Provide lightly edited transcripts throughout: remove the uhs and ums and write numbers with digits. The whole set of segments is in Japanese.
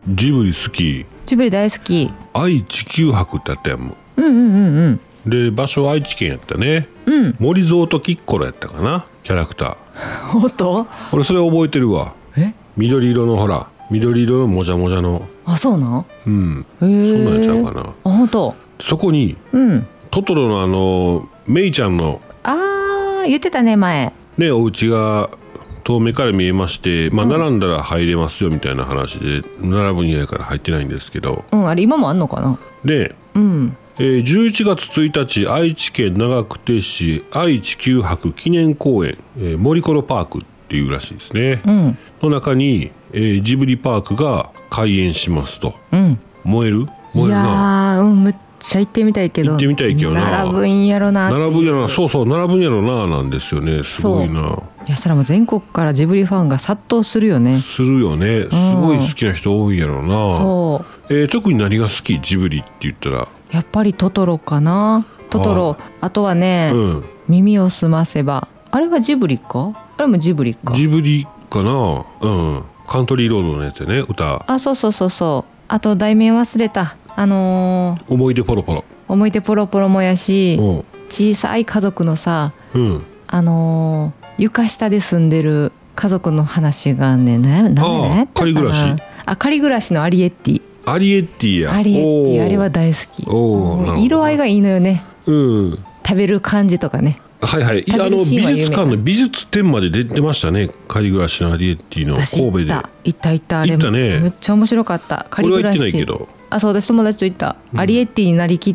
ジブリ好き。 ジブリ大好き。 愛・地球博ってあったやんもうんで場所は愛知県やったね。森蔵とキッコロやったかな、キャラクター。 ほんと？ 俺それ覚えてるわ。 え？ 緑色のほら、緑色のもじゃもじゃの。 あ、そうなん？ へえ。そんなんちゃうかな。 あ、ほんと？ そこにトトロのメイちゃんの言ってたね前ね、お家が遠目から見えまして、並んだら入れますよみたいな話で、並ぶんやから入ってないんですけど、 あれ今もあんのかな。 で、11月1日愛知県長久手市愛・地球博記念公園、森コロパークっていうらしいですね、の中に、ジブリパークが開園しますと。燃えるいやむっちゃ行ってみたいけど。 行ってみたいけどな。 並ぶんやろな。 並ぶんやろな。そう並ぶんやろななんですよね。すごいな。 いや、それはもう全国からジブリファンが殺到するよね。 するよね。すごい好きな人多いやろな。 そう。 特に何が好きジブリって言ったら。 やっぱりトトロかな。トトロ。あとはね、耳をすませば。あれはジブリか？あれもジブリか。 ジブリかな。カントリーロードのやつやね、歌。 あ、そう。あと題名忘れた。 思い出ポロポロ。 思い出ポロポロもやし、小さい家族のさ、床下で住んでる家族の話がね、 仮暮らし。 仮暮らしのアリエッティ。 アリエッティや。 アリエッティ、あれは大好き。色合いがいいのよね。食べる感じとかね。 はい美術館の美術展まで出てましたね、仮暮らしのアリエッティの神戸で。 行ったあれもめっちゃ面白かった。仮暮らし。 俺は行ってないけど。 そう、私友達と行った、アリエッティになりきって、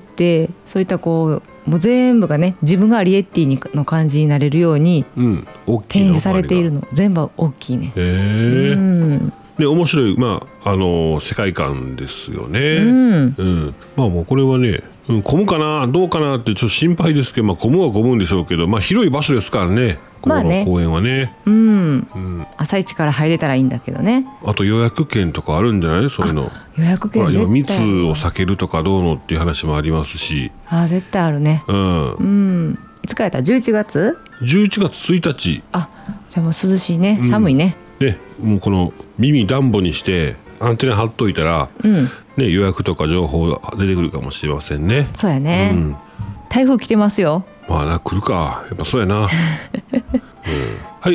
そういったもう全部がね、自分がアリエッティの感じになれるように展示されているの。全部大きいね。で面白い、世界観ですよね。もうこれはね、混むかなどうかなってちょっと心配ですけど、混むは混むんでしょうけど、広い場所ですからね、この公園はね。朝一から入れたらいいんだけどね。あと予約券とかあるんじゃない？そういうの。予約券絶対。密を避けるとかどうのっていう話もありますし。絶対あるね。いつからやった？11月？11月1日。じゃあもう涼しいね。寒いね。もうこの耳ダンボにしてアンテナ張っといたら、予約とか情報が出てくるかもしれませんね。そうやね。台風来てますよ。来るか、やっぱそうやな。はい、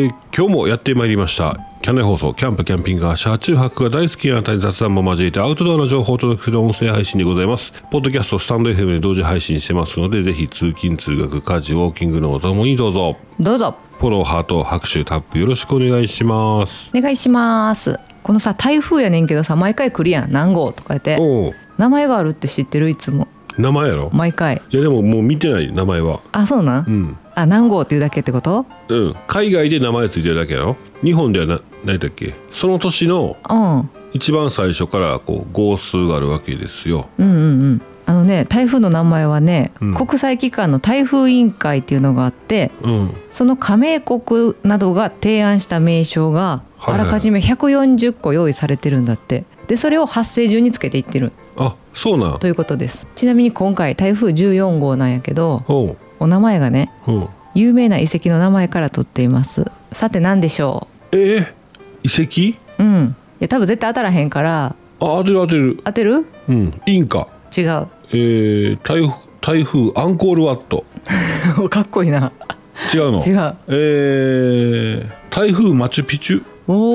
今日もやってまいりましたキャン内放送、キャンプキャンピングカー車中泊が大好きなあなたに雑談も交えてアウトドアの情報をお届けする音声配信でございます。ポッドキャスト、スタンド FM で同時配信してますので、ぜひ通勤通学家事ウォーキングのおともにどうぞフォロー、ハート、拍手、タップよろしくお願いします。お願いします。このさ、台風やねんけどさ、毎回来るやん、何号とか言って。名前があるって知ってる？いつも名前やろ毎回。いやでももう見てない、名前は。そうなん？何号っていうだけってこと？海外で名前ついてるだけやろ。日本では何だっけ、その年の一番最初から号数があるわけですよ。台風の名前はね、国際機関の台風委員会っていうのがあって、その加盟国などが提案した名称があらかじめ140個用意されてるんだって。でそれを発生順につけていってる。そうなんということです。ちなみに今回台風14号なんやけど、お名前がね、有名な遺跡の名前から取っています。さて何でしょう？遺跡？いや多分絶対当たらへんから。当てる。当てる？インカ。違う。台風アンコールワット。かっこいいな。違うの？違う。台風マチュピチュ。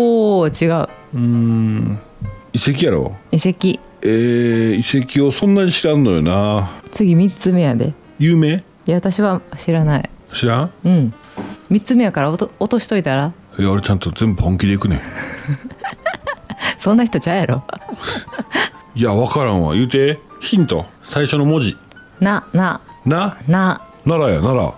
違う。遺跡やろ？遺跡。遺跡をそんなに知らんのよな。次3つ目やで。有名？いや私は知らない。知らん？3つ目やから落としといたら。いや俺ちゃんと全部本気でいくね。そんな人ちゃうやろ。いや分からんわ。言うて。ヒント、最初の文字。奈良や。奈良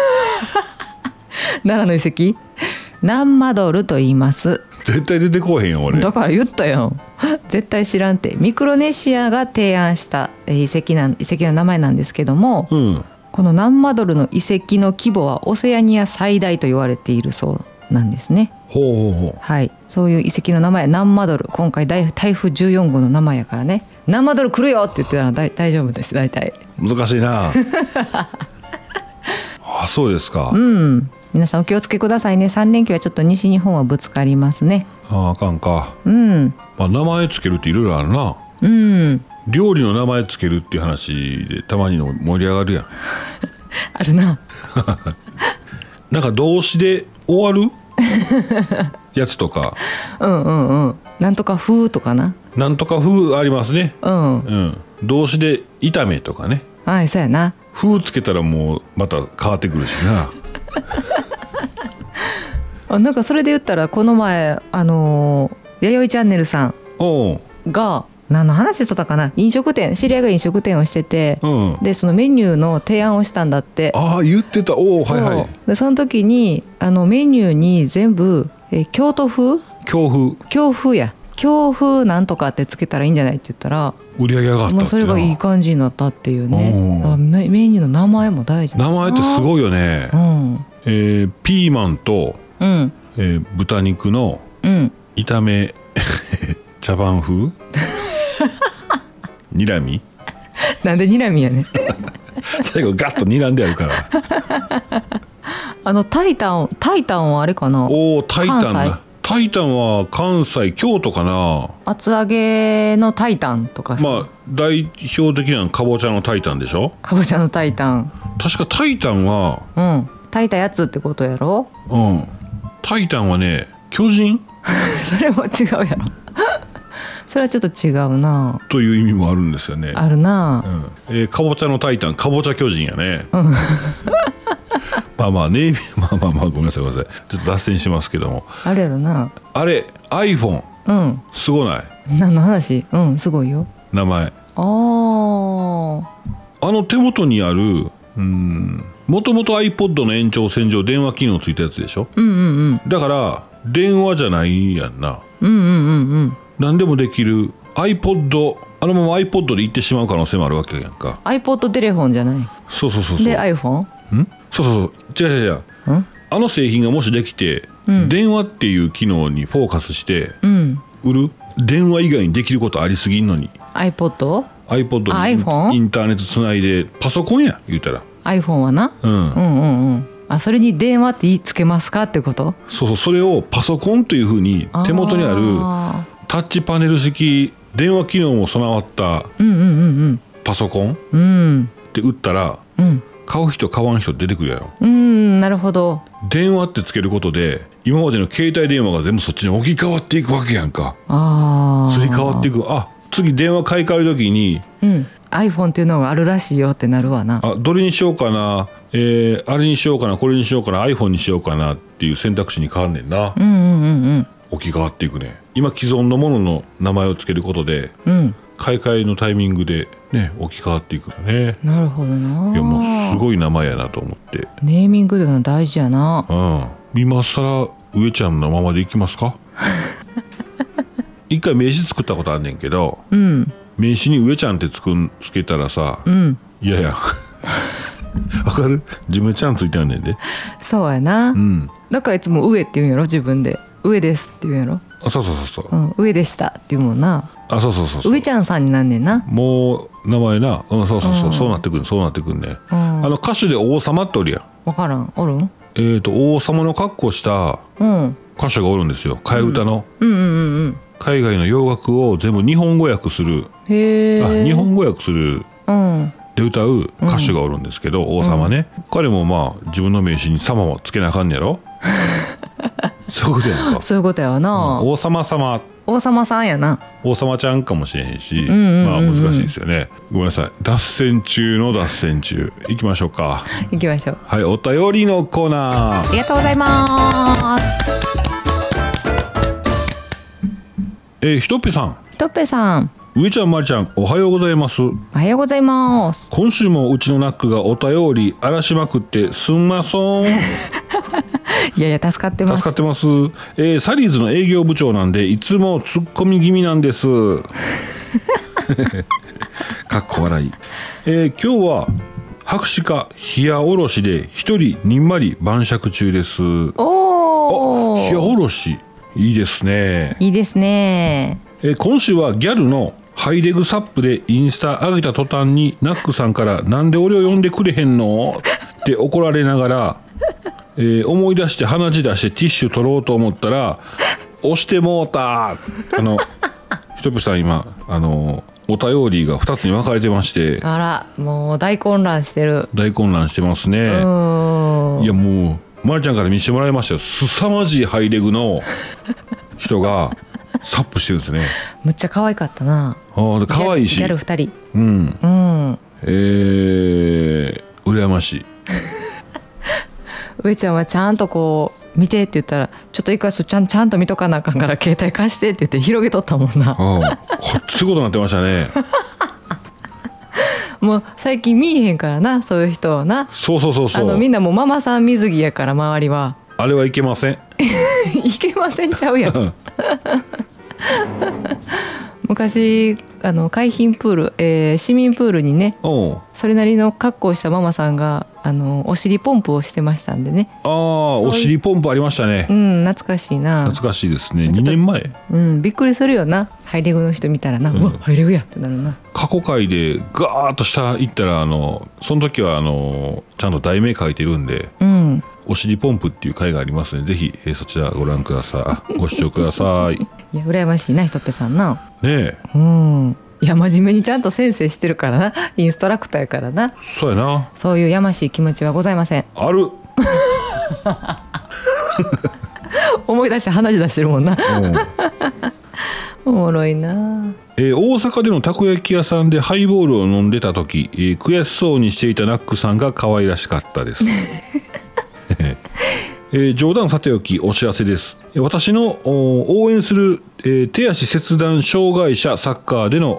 の遺跡、南マドルと言います。絶対出てこへんよ俺。だから言ったよ。絶対知らんて。ミクロネシアが提案した遺跡の名前なんですけども、この南マドルの遺跡の規模はオセアニア最大と言われているそうなんですね。はい、そういう遺跡の名前南マドル。今回台風14号の名前やからね、南マドル来るよって言ってたら大丈夫です。大体難しいな。そうですか。 皆さんお気をつけくださいね。3連休はちょっと西日本はぶつかりますね。 あかんか。 うん、 まあ、名前つけるっていろいろあるな。 うん、 料理の名前つけるっていう話でたまにの盛り上がるやんあるななんか動詞で終わるやつとかうんうんうん、なんとか風とかな、 なんとか風ありますね。 うん、 うん、動詞で炒めとかね。 はい、そうやな。 風つけたらもうまた変わってくるしななんかそれで言ったらこの前弥生チャンネルさんが何の話しとったかな、知り合いが飲食店をしてて、うん、でそのメニューの提案をしたんだって。 ああ言ってた。おお、はいはい。 でその時にメニューに全部京都風や京風なんとかってつけたらいいんじゃないって言ったら売り上げ上がったって。 それがいい感じになったっていうね。メニューの名前も大事だな。 名前ってすごいよね、うん、ピーマンと、うん豚肉の炒め、茶番風にらみなんでにらみやね最後ガッとにらんであるからタイタンはあれかな。 おタイタンは関西京都かな。 厚揚げのタイタンとかさ、 まあ代表的なのはかぼちゃのタイタンでしょ。 かぼちゃのタイタン、 確かタイタンはうん炊いたやつってことやろ。 うんタイタンはね巨人それも違うやろそれはちょっと違うなという意味もあるんですよね。 あるな、 うんかぼちゃのタイタンかぼちゃ巨人やね、うん、まあまあねまあごめんなさいちょっと脱線しますけども、 あれやろな。 あれ iPhone、うん、すごない？ 何の話？うんすごいよ。 名前あの手元にあるもともと iPod の延長線上電話機能ついたやつでしょ、うんうんうん、だから電話じゃないやんな、うんうんうんうん、何でもできる iPod まま iPod で行ってしまう可能性もあるわけやんか。 iPod テレフォンじゃない。そうで iPhone？ そう違う製品がもしできて、うん、電話っていう機能にフォーカスして、うん、売る電話以外にできることありすぎんのに iPod にインターネットつないでパソコンや言うたら iPhone はな、うんうんうんうん、それに電話って言いつけますかってこと。 そうそれをパソコンというふうに手元にあるタッチパネル式電話機能も備わったパソコンって打ったら、うん、買う人買わん人出てくるやろ。 なるほど。 電話ってつけることで今までの携帯電話が全部そっちに置き換わっていくわけやんか。すり替わっていく。次電話買い替える時に、 うん、iPhone っていうのがあるらしいよってなるわな。 どれにしようかな、あれにしようかなこれにしようかな iPhone にしようかなっていう選択肢に変わんねんな、うんうんうんうん、置き換わっていくね。今既存のものの名前をつけることで、うん、買い替えのタイミングでね置き換わっていくよね。 なるほどな。 いやもうすごい名前やなと思って。 ネーミングでは大事やな。 うん、今更上ちゃんのままでいきますか一回名刺作ったことあんねんけど、うん、名刺に上ちゃんってつけたらさ、うん、いやわかる？自分ちゃんついてんねんで。 そうやな、うん、だからいつも上って言うんやろ。自分で上ですって言うんやろ。 そう、 うん、上でしたって言うもんな。 そう上ちゃんさんになんねんな。 もう名前な、そうなってくるね、うん、歌手で王様っておるやん。 わからん。おるん？ 王様の格好した歌手がおるんですよ。替え歌の、海外の洋楽を全部日本語訳する。日本語訳する、で歌う歌手がおるんですけど、王様ね、彼もまあ自分の名刺に様はつけなあかんねやろそういうことやんか。 そういうことやわな、 王様様王様さんやな。 王様ちゃんかもしれへんし、まあ難しいですよね。ごめんなさい。脱線中の脱線中。行きましょうか。 行きましょう。 はい、お便りのコーナー。 ありがとうございます。 ひとっぺさん。上ちゃんまりちゃんおはようございます。 おはようございます。 今週もうちのナックがお便り荒らしまくってすんまそんいや助かってます。 サリーズの営業部長なんでいつもツッコミ気味なんですかっこ笑い。今日は博士課冷やおろしで一人にんまり晩酌中です。お冷やおろしいいですね。 いいですね。 今週はギャルのハイレグサップでインスタ上げた途端にナックさんからなんで俺を呼んでくれへんのって怒られながら、 思い出して鼻血出してティッシュ取ろうと思ったら押してもうた。ひとぺさん今お便りが2つに分かれてまして、 あらもう大混乱してますね。いやもうまるちゃんから見せてもらいましたよ。凄まじいハイレグの人がサップしてるんですね。 むっちゃ可愛かったな。 可愛いしギャル2人。 羨ましい。 上ちゃんはちゃんとこう見てって言ったら、ちょっと一回ちゃんと見とかなあかんから携帯貸してって言って広げとったもんな。 こっちことになってましたね。 もう最近見えへんからな、そういう人はな。 そうみんなもうママさん水着やから、周りはあれはいけません。 いけませんちゃうやん。昔海浜プール、市民プールにね、それなりの格好をしたママさんがお尻ポンプをしてましたんでね。 お尻ポンプありましたね。 懐かしいな。 懐かしいですね。2年前。 びっくりするよな、ハイレグの人見たらな。うわハイレグやってなるな。 過去回でガーッと下行ったらその時はちゃんと題名書いてるんで、お尻ポンプっていう回がありますので、ぜひ、そちらご覧ください。ご視聴ください。 いや羨ましいな、ひとっぺさんな。 ねえ。 いや真面目にちゃんと先生してるからな、インストラクターやからな。 そうやな。 そういうやましい気持ちはございません。 ある。 思い出して話出してるもんな。おもろいな。 大阪でのたこ焼き屋さんでハイボールを飲んでた時、悔しそうにしていたナックさんが可愛らしかったです。冗談さておきお知らせです。私の応援する、手足切断障害者サッカー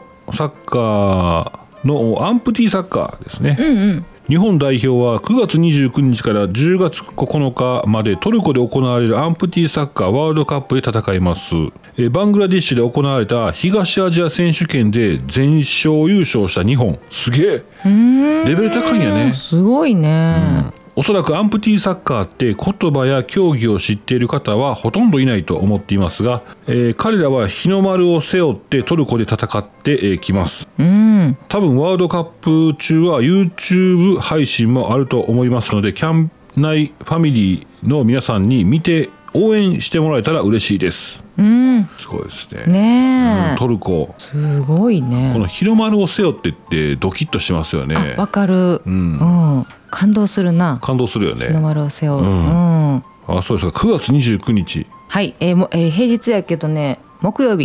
のアンプティサッカーですね。日本代表は9月29日から10月9日までトルコで行われるアンプティサッカーワールドカップで戦います。バングラディッシュで行われた東アジア選手権で全勝優勝した日本。すげえ。レベル高いんやね。 すごいね。 おそらくアンプティサッカーって言葉や競技を知っている方はほとんどいないと思っていますが、彼らは日の丸を背負ってトルコで戦ってきます。多分ワールドカップ中は YouTube 配信もあると思いますので、キャン内ファミリーの皆さんに見て応援してもらえたら嬉しいです。すごいですね。 ねえ、 トルコすごいね。 この日の丸を背負ってってドキッとしますよね。 わかる。感動するな。 感動するよね。 日の丸を背負う。 そうですか。9月29日。 はい。平日やけどね、木曜日。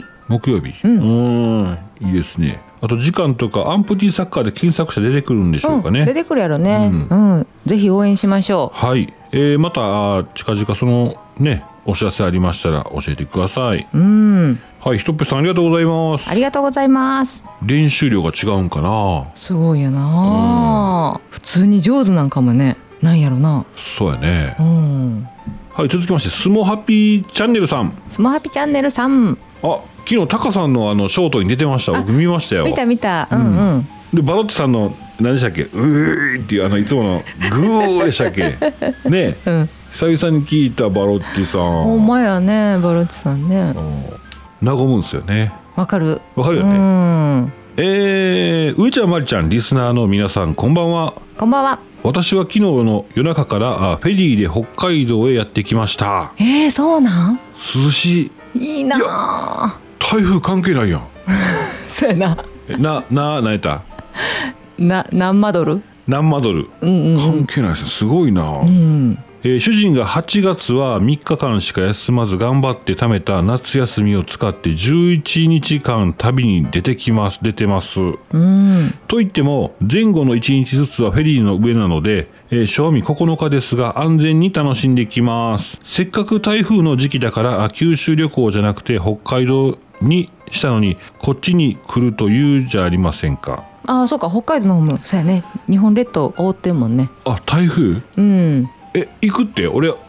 いいですね。あと時間とかアンプティサッカーで検索して出てくるんでしょうかね。 出てくるやろね。ぜひ応援しましょう。はい。また近々そのねお知らせありましたら教えてください。はい、ひとっぺさんありがとうございます。 ありがとうございます。 練習量が違うんかな。 すごいよな。普通に上手なんかもね。なんやろな。 そうやね。はい、続きましてスモハピーチャンネルさん。 スモハピチャンネルさん。 昨日タカさんのショートに出てました。僕見ましたよ。 見た。 でバロッチさんの何でしたっけ、うーっていういつものグーでしたっけね。久々に聞いたバロッチさん。 ほんまやね、バロッチさんね。 和むんですよね。 わかるよね。上ちゃんまりちゃんリスナーの皆さんこんばんは。 こんばんは。 私は昨日の夜中からフェリーで北海道へやってきました。 そうなん。 涼しい。 いいな。 台風関係ないやん。 そうやな。 何やった何マドル関係ないです。すごいな。主人が8月は3日間しか休まず頑張って貯めた夏休みを使って11日間旅に出てます。といっても前後の1日ずつはフェリーの上なので、賞味9日ですが安全に楽しんできます。せっかく台風の時期だから九州旅行じゃなくて北海道にしたのにこっちに来るというじゃありませんか。 そうか、北海道の方もそうやね。日本列島覆ってんもんね。 台風。行くって。俺は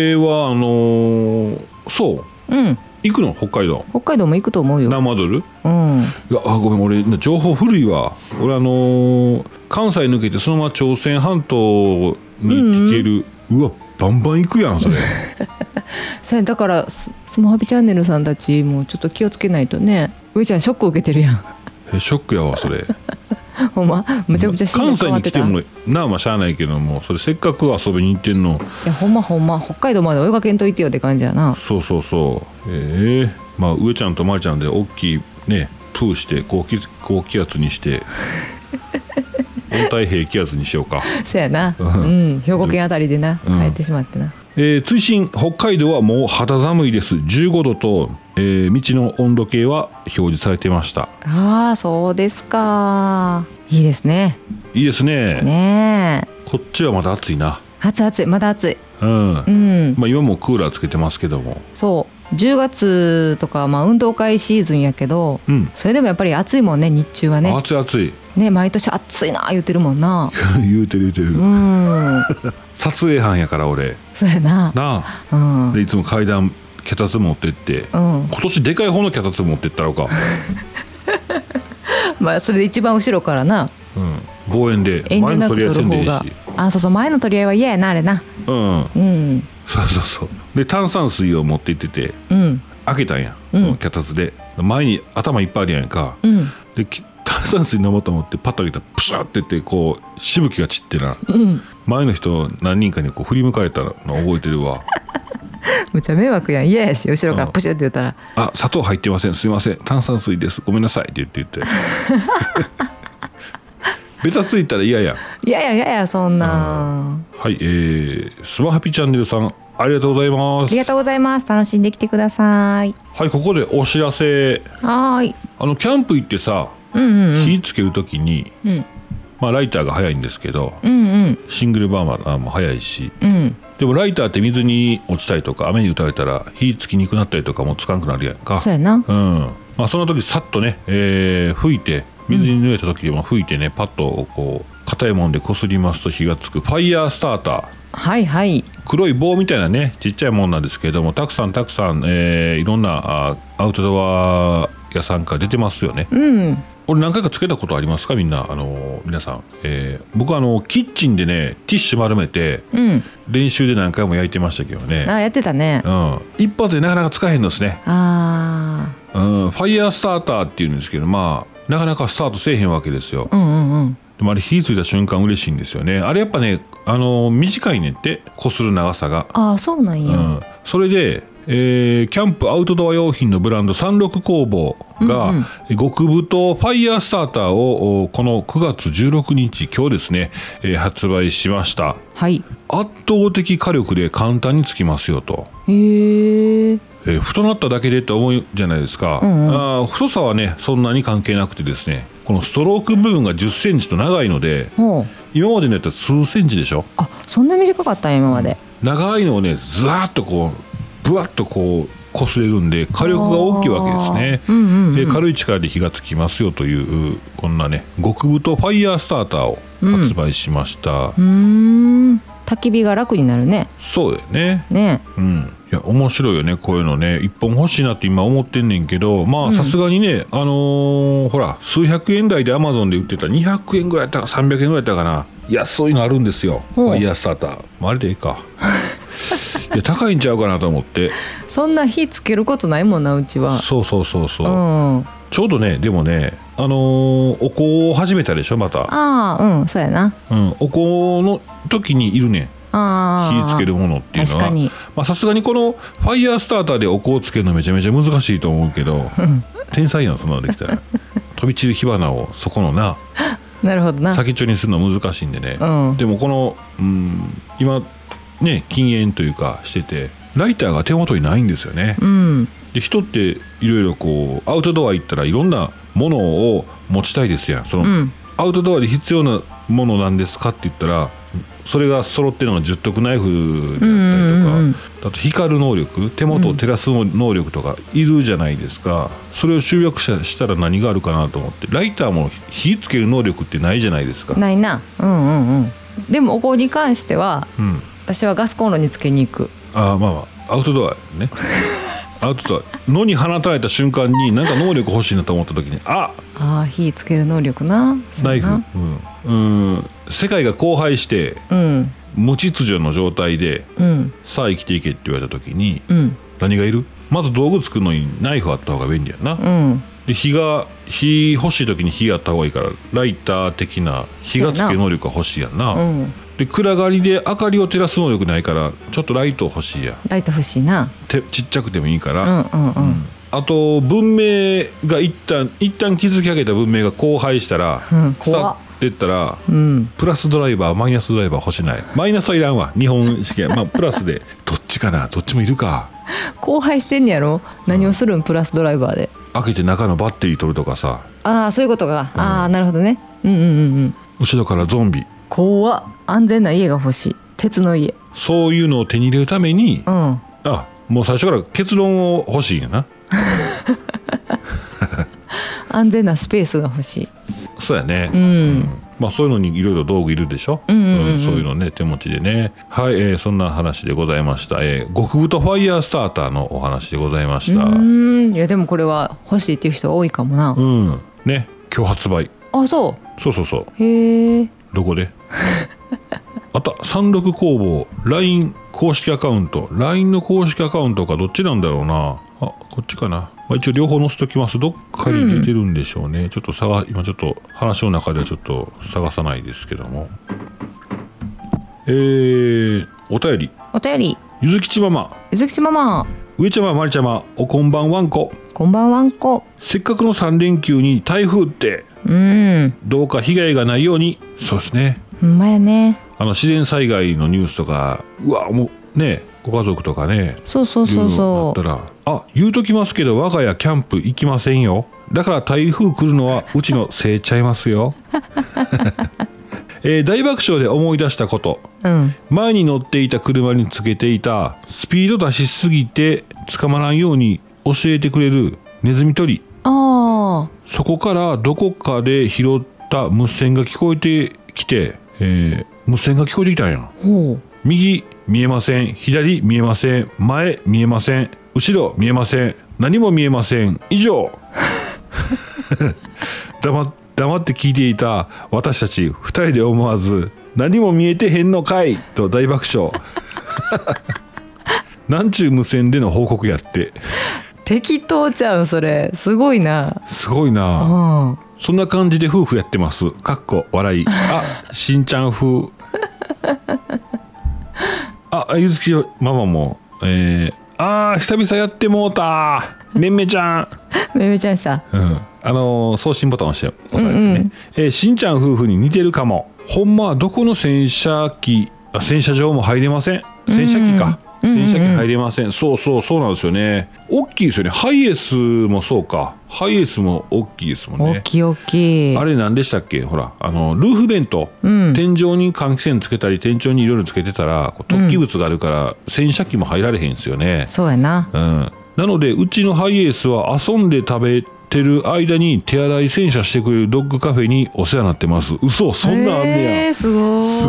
そう。行くの北海道。 北海道も行くと思うよ。 何マドル？いやごめん、俺情報古いわ。俺関西抜けてそのまま朝鮮半島に行ける。うわバンバン行くやんそれ。 そうだからスモハピチャンネルさんたちもちょっと気をつけないとね。上ちゃんショック受けてるやん。 ショックやわそれ。 ほんまむちゃくちゃ関西に来てもなあしゃあないけども、それせっかく遊びに行ってんの。 いやほんま北海道まで追いかけんといてよって感じやな。 そうまあ上ちゃんとまりちゃんで大きいねプーして高気圧にして温帯低気圧にしようか。 そうやな、兵庫県あたりでな帰ってしまってな。 追伸北海道はもう肌寒いです。15度と、道の温度計は表示されてました。 ああそうですか。いいですね。 いいですね。 ねえこっちはまだ暑いな。 暑いまだ暑い。 まあ今もクーラーつけてますけども。 そう10月とか、運動会シーズンやけど、それでもやっぱり暑いもんね、日中はね。 暑いね、毎年暑いな言ってるもんな言うてる撮影班やから俺。 そうやなでいつも階段脚立持ってって、今年でかい方の脚立持ってったろうかまあそれで一番後ろからな、 望遠で前の取り合いせんでいいし。 そう前の取り合いは嫌やなあれな。 そうで炭酸水を持って行ってて、開けたんや、その脚立で前に頭いっぱいあるやんか、で炭酸水飲もうと思ってパッと開けたらプシャってってこうしぶきが散ってな、前の人何人かにこう振り向かれたの覚えてるわむちゃ迷惑やん。嫌やし後ろからプシュって言ったら、 砂糖入ってません、すいません炭酸水ですごめんなさいって言ってベタついたら嫌やん。 いやそんな。 はい、スマハピチャンネルさんありがとうございます。 ありがとうございます。楽しんできてください。 はい、ここでお知らせ。 はい。 キャンプ行ってさ、火つけるときに、ライターが早いんですけど、シングルバーナーも早いし、でもライターって水に落ちたりとか雨に打たれたら火つきにくくなったりとかもつかんくなるやんか。 そうやな。 その時さっとね、拭いて水に濡れた時でも拭いてね、パッとこう硬いもんでこすりますと火がつくファイヤースターター。 はいはい。 黒い棒みたいなねちっちゃいもんなんですけれども、たくさん、いろんなアウトドア屋さんから出てますよね。俺何回かつけたことありますかみんな。皆さん、僕キッチンでねティッシュ丸めて、練習で何回も焼いてましたけどね。 やってたね。 一発でなかなか使えへんのですね。ファイヤースターターっていうんですけど、なかなかスタートせえへんわけですよ。でもあれ火ついた瞬間嬉しいんですよね。あれやっぱね短いねってこする長さが。 そうなんや。 それでキャンプアウトドア用品のブランド36工房が、極太ファイヤースターターをこの9月16日今日ですね、発売しました。圧倒的火力で簡単につきますよと。太なっただけでって思うじゃないですか。太さはねそんなに関係なくてですね、このストローク部分が10センチと長いので、今までのやったら数センチでしょ。 そんな短かったん今まで。 長いのをねずらっとこうブワッとこう擦れるんで火力が大きいわけですね。軽い力で火がつきますよというこんなね極太ファイヤースターターを発売しました。 焚き火が楽になるね。 そうだよね。いや面白いよねこういうのね。一本欲しいなって今思ってんねんけど、さすがにねほら数百円台でアマゾンで売ってた200円ぐらいやったか300円ぐらいやったかな、安いのあるんですよファイヤースターター。あれでいいかいや高いんちゃうかなと思って。 そんな火つけることないもんなうちは。 そう、ちょうどねでもねお香を始めたでしょまた。 そうやな。 お香の時にいるね火つけるものっていうのは。確かにさすがにこのファイヤースターターでお香をつけるのめちゃめちゃ難しいと思うけど、天才やんそんなのできたら飛び散る火花をそこのなるほどな先っちょにするの難しいんでね。でもこの、今ね禁煙というかしててライターが手元にないんですよね。で人っていろいろこうアウトドア行ったらいろんなものを持ちたいですやん。その、アウトドアで必要なものなんですかって言ったらそれが揃ってるのが十徳ナイフであったりとか、あと光る能力、手元を照らす能力とかいるじゃないですか。それを集約したら何があるかなと思って。ライターも火つける能力ってないじゃないですか。 ないな。でもお香に関しては、私はガスコンロにつけに行く。 アウトドアねアウトドア野に放たれた瞬間に何か能力欲しいなと思った時に火つける能力な。 ナイフ。世界が荒廃して、無秩序の状態で、さあ生きていけって言われた時に、何がいる？まず道具作るのにナイフあった方が便利やな。 で火欲しい時に火があった方がいいから、ライター的な火がつけ能力が欲しいやんな、うん、で暗がりで明かりを照らす能力ないからちょっとライト欲しいやん。 ライト欲しいな。 ちっちゃくてもいいから、あと文明が一旦築き上げた文明が荒廃したら、スタートってったら、プラスドライバーマイナスドライバー欲しない。マイナスはいらんわ、日本式や。まあプラスでどっちかな、どっちもいるか。 荒廃してんやろ。何をするん、プラスドライバーで。 開けて中のバッテリー取るとかさ。 ああそういうことか、ああなるほどね。 後ろからゾンビ。 怖っ。安全な家が欲しい。鉄の家。 そういうのを手に入れるために、もう最初から結論を欲しいんやな。 安全なスペースが欲しい。 そうやね、まあそういうのにいろいろ道具いるでしょ、そういうのね手持ちでね。はい、そんな話でございました。極太ファイヤースターターのお話でございました。 いやでもこれは欲しいっていう人多いかもな。 ね、今日発売。 あ、そう。へえ。 どこであった36工房 LINE 公式アカウント。 LINE の公式アカウントかどっちなんだろうな。こっちかな。一応両方載せときます。どっかに出てるんでしょうね、ちょっと今ちょっと話の中ではちょっと探さないですけども。お便りゆずきちママ上ちゃままりちゃま、おこんばんわんこ。 こんばんわんこ。 せっかくの3連休に台風ってどうか被害がないように。そうですね、 ほんまやね。 自然災害のニュースとか、うわもうね、ご家族とかね、 そうあったら、言うときますけど我が家キャンプ行きませんよ。だから台風来るのはうちのせいちゃいますよ。大爆笑で思い出したこと、前に乗っていた車につけていたスピード出しすぎて捕まらんように教えてくれるネズミ捕り。そこからどこかで拾った無線が聞こえてきて、無線が聞こえてきたんや。右見えません、左見えません、前見えません、後ろ見えません、何も見えません、以上。黙って聞いていた私たち2人で思わず何も見えてへんのかいと大爆笑。なんちゅう無線での報告やって。 適当ちゃうそれ。すごいな。 そんな感じで夫婦やってます。かっこ笑い。しんちゃん風。ゆずきママも久々やってもうた。めんめちゃんした。 送信ボタン押して押されてね、しんちゃん夫婦に似てるかも。ほんまはどこの洗車場も入れません。洗車機か、洗車機入れません。そうなんですよね。大きいですよね。ハイエースもそうか。ハイエースも大きいですもんね。 大きい。 あれ何でしたっけ。ほらルーフベント、天井に換気扇つけたり天井にいろいろつけてたら突起物があるから洗車機も入られへんですよね。 そうやな。 なのでうちのハイエースは遊んで食べてる間に手洗い洗車してくれるドッグカフェにお世話になってます。嘘、そんなんあんねや。 す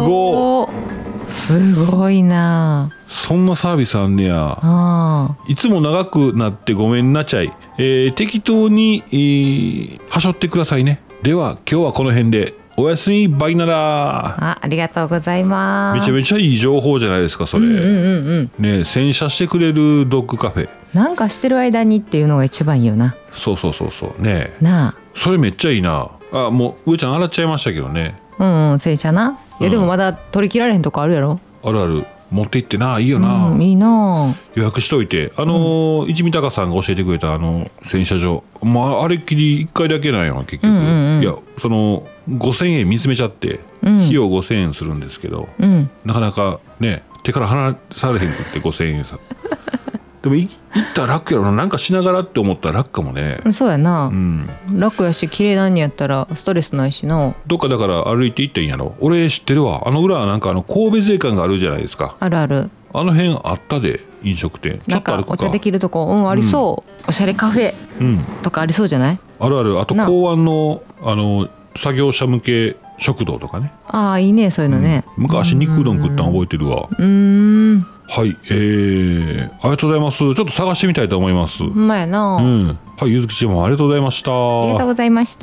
ごいな。 そんなサービスあんねや。いつも長くなってごめんなちゃい。適当に、はしょってくださいね。では今日はこの辺でおやすみ。バイなら。 ありがとうございます。 めちゃめちゃいい情報じゃないですかそれ。ね、洗車してくれるドッグカフェ。なんかしてる間にっていうのが一番いいよな。 そうね。 なあ。 それめっちゃいいな。もう上ちゃん洗っちゃいましたけどね。 洗車な。いやでもまだ取り切られへんとこあるやろ。 ある。持って行ってな。いいよな。 いいな。 予約しといて。一味高さんが教えてくれた洗車場、あれっきり1回だけなんよ結局。いや5000円見つめちゃって、費用5000円するんですけど、なかなかね手から離されへんくって5000円さ。でも行ったら楽やろな。なんかしながらって思ったら楽かもね。 そうやな、楽やし綺麗なんやったらストレスないしな。 どっかだから歩いて行っていいんやろ。俺知ってるわ。裏はなんか神戸税関があるじゃないですか。 ある。 あの辺あったで。飲食店なんかお茶できるとこありそう、おしゃれカフェとかありそうじゃない。 ある。あと港湾の作業者向け食堂とかね。 いいねそういうのね。 昔肉うどん食ったの覚えてるわ。はい、ありがとうございます。ちょっと探してみたいと思います。 ほんまやな。 はい、ゆずきちもありがとうございました。 ありがとうございました。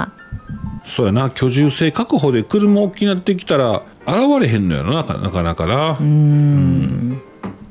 そうやな、居住性確保で車大きくなってきたら現れへんのやろな、なかなかな。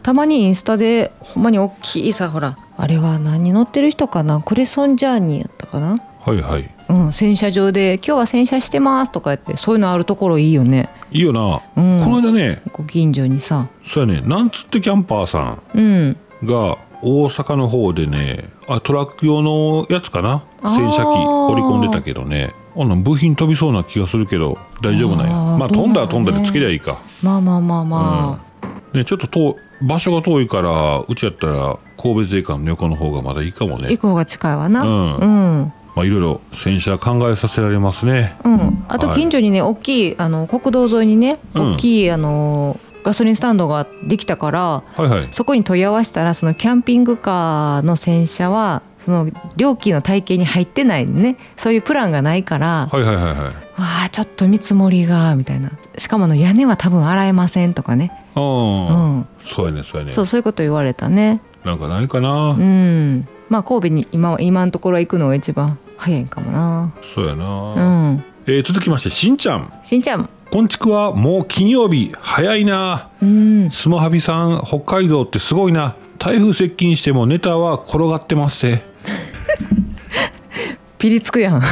たまにインスタでほんまに大きいさ、ほらあれは何に乗ってる人かな、クレソンジャーニーやったかな、 はいはい、 洗車場で今日は洗車してますとか言って、そういうのあるところいいよね。 いいよな、この間ね、 ご近所にさ、 そうやね、なんつってキャンパーさんが大阪の方でね、トラック用のやつかな、洗車機掘り込んでたけどね、部品飛びそうな気がするけど大丈夫なんや。まあ飛んだら飛んだでつけりゃいいか。 まあ、 ね、ちょっと場所が遠いから、うちやったら神戸税関の横の方がまだいいかもね。 行く方が近いわな。 まあ、いろいろ洗車考えさせられますね。 あと近所にね、大きい国道沿いにね、大きいガソリンスタンドができたから、そこに問い合わせたら、そのキャンピングカーの洗車はその料金の体系に入ってないね、そういうプランがないから、わあちょっと見積もりがみたいな、しかも屋根は多分洗えませんとかね、 そうやねそうやね、 そういうこと言われたね。 なんかないかな。 まあ神戸に今のところは行くのが一番早いかもな。 そうやな。続きまして、しんちゃん。こんちくは、もう金曜日早いな。スマハビさん、北海道ってすごいな。台風接近してもネタは転がってますぜ。 ピリつくやん。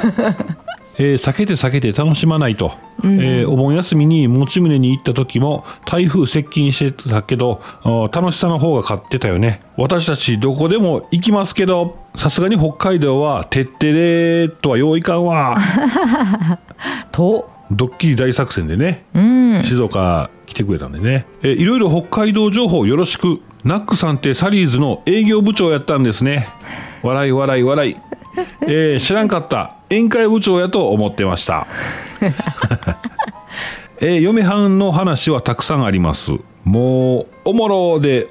避けて楽しまないと、お盆休みに持ち宗に行った時も台風接近してたけど、楽しさの方が勝ってたよね。私たちどこでも行きますけど、さすがに北海道はてってれーとはよういかんわ。とドッキリ大作戦でね、静岡来てくれたんでね、いろいろ北海道情報よろしく。ナックさんってサリーズの営業部長やったんですね。笑い。知らんかった。宴会部長やと思ってました。嫁はんの話はたくさんあります。もうおもろうて、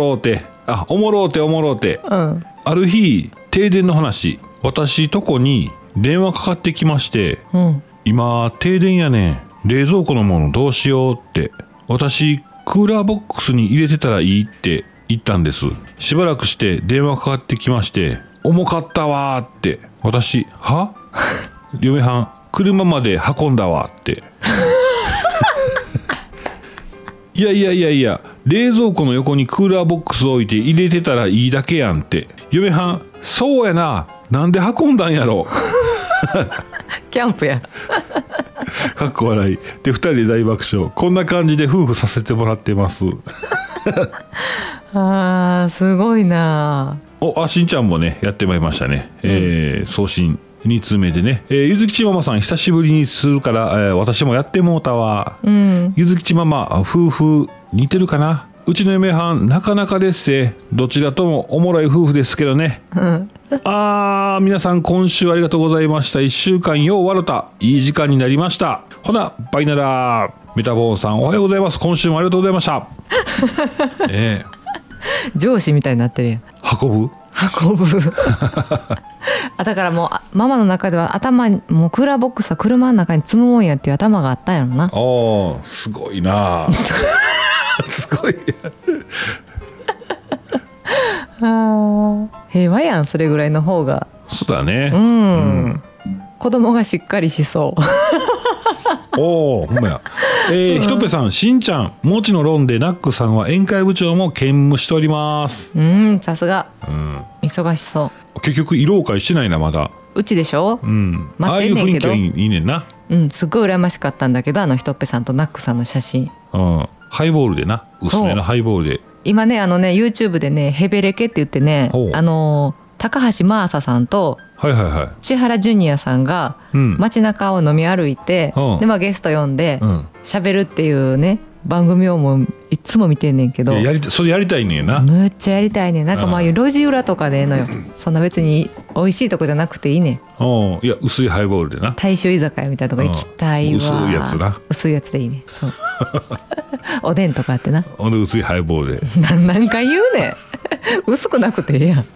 ある日停電の話、私とこに電話かかってきまして、今停電やねん、冷蔵庫のものどうしようって。私クーラーボックスに入れてたらいいって言ったんです。しばらくして電話かかってきまして、重かったわーって。私、は嫁はん、車まで運んだわって。いや、冷蔵庫の横にクーラーボックス置いて入れてたらいいだけやんって。嫁はん、そうやな、なんで運んだんやろ。 キャンプや。 かっこ笑いで、2人で大爆笑。こんな感じで夫婦させてもらってます。 すごいな。 しんちゃんもねやってまいりましたね。送信2通目でね、ゆずきちママさん久しぶりにするから、私もやってもうたわ。ゆずきちママ夫婦似てるかな。うちの嫁はんなかなかですせ。どちらともおもろい夫婦ですけどね。皆さん今週ありがとうございました。1週間よう笑ったいい時間になりました。ほなバイなら。メタボーンさんおはようございます。今週もありがとうございました。 上司みたいになってるやん。 運ぶだからもうママの中ではもうクーラーボックスは車の中に積むもんやっていう頭があったんやろな。 すごいな。すごい。 平和やん、それぐらいの方が。 そうだね。 子供がしっかりしそう。 ほんまや。ひとぺさん、しんちゃん、もちのロンでナックさんは宴会部長も兼務しております。 さすが。忙しそう。 結局慰労会してないなまだ。 うちでしょ。 待ってんねんけど。ああいう雰囲気いいねんな。 すっごい羨ましかったんだけど、ひとっぺさんとナックさんの写真。 ハイボールでな、薄めのハイボールで。 今ねYouTube でね、ヘベレケって言ってね、高橋真麻さんと千原ジュニアさんが街中を飲み歩いて、でゲスト呼んで喋るっていうね番組をもういつも見てんねんけど、 それやりたいねんな。 むっちゃやりたいねん。なんかまあ路地裏とかでのよ。そんな別に美味しいとこじゃなくていいねん。 いや薄いハイボールでな、 大衆居酒屋みたいなとこ行きたいわ。 薄いやつな。 薄いやつでいいね。そうおでんとかあってな。 ほんで薄いハイボールで何回言うねん。薄くなくてええやん。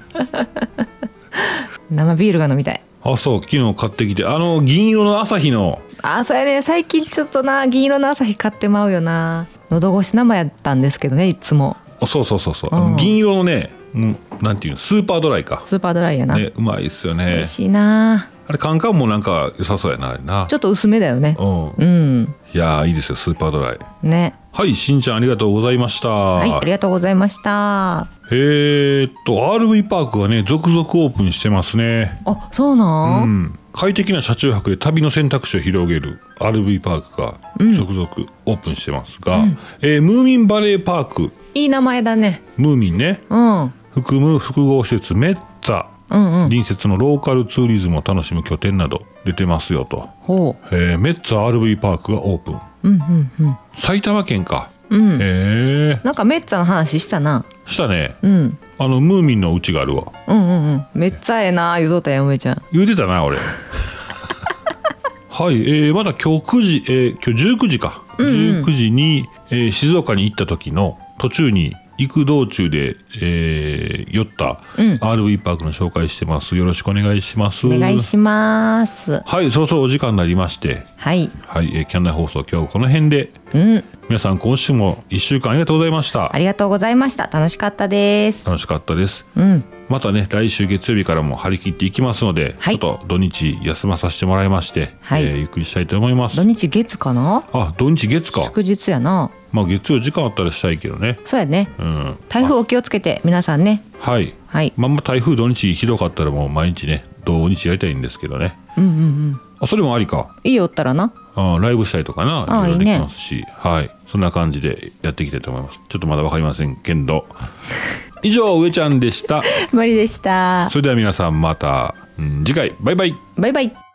生ビールが飲みたい。 そう、昨日買ってきて、銀色の朝日の。 それね、最近ちょっとな、銀色の朝日買ってまうよな。喉越し生やったんですけどね、いつも。 そう、銀色のね、なんていうの、スーパードライか。 スーパードライやな。 うまいっすよね。 美味しいな。 あれカンカンもなんか良さそうやなあれな。 ちょっと薄めだよね。 うん、いやいいですよスーパードライね。 はい、しんちゃんありがとうございました。 はい、ありがとうございました。 RV パークがね続々オープンしてますね。 あ、そうなん、 快適な車中泊で旅の選択肢を広げる RV パークが続々オープンしてますが、ムーミンバレーパーク、 いい名前だね。 ムーミンね、含む複合施設メッツァ、隣接のローカルツーリズムを楽しむ拠点など出てますよと。メッツァ RV パークがオープン、埼玉県か。なんかメッツァの話したな。 したね。ムーミンのうちがあるわ。 めっちゃええな言うとったやん梅ちゃん。 言うてたな俺。はい、まだ今日9時、今日19時か、19時に、静岡に行った時の途中に行く道中で、寄った、RV パークの紹介してます。よろしくお願いします。 お願いします。 はい、そろそろお時間になりまして、はい、キャンナイ放送今日この辺で、皆さん今週も1週間ありがとうございました。 ありがとうございました。楽しかったです。 楽しかったです。またね来週月曜日からも張り切っていきますので、ちょっと土日休まさせてもらいまして、ゆっくりしたいと思います。 土日月かな。 あ、土日月か。 祝日やな。 まあ月曜時間あったらしたいけどね。 そうやね。台風お気をつけて皆さんね。 はい。まあ台風土日ひどかったらもう毎日ね土日やりたいんですけどね。あ、それもありか。 いいよったらな。 ライブしたりとかな、いろいろできますし、はい、そんな感じでやっていきたいと思います。ちょっとまだわかりませんけど。以上上ちゃんでした。 マリでした。 それでは皆さんまた、次回バイバイ。 バイバイ。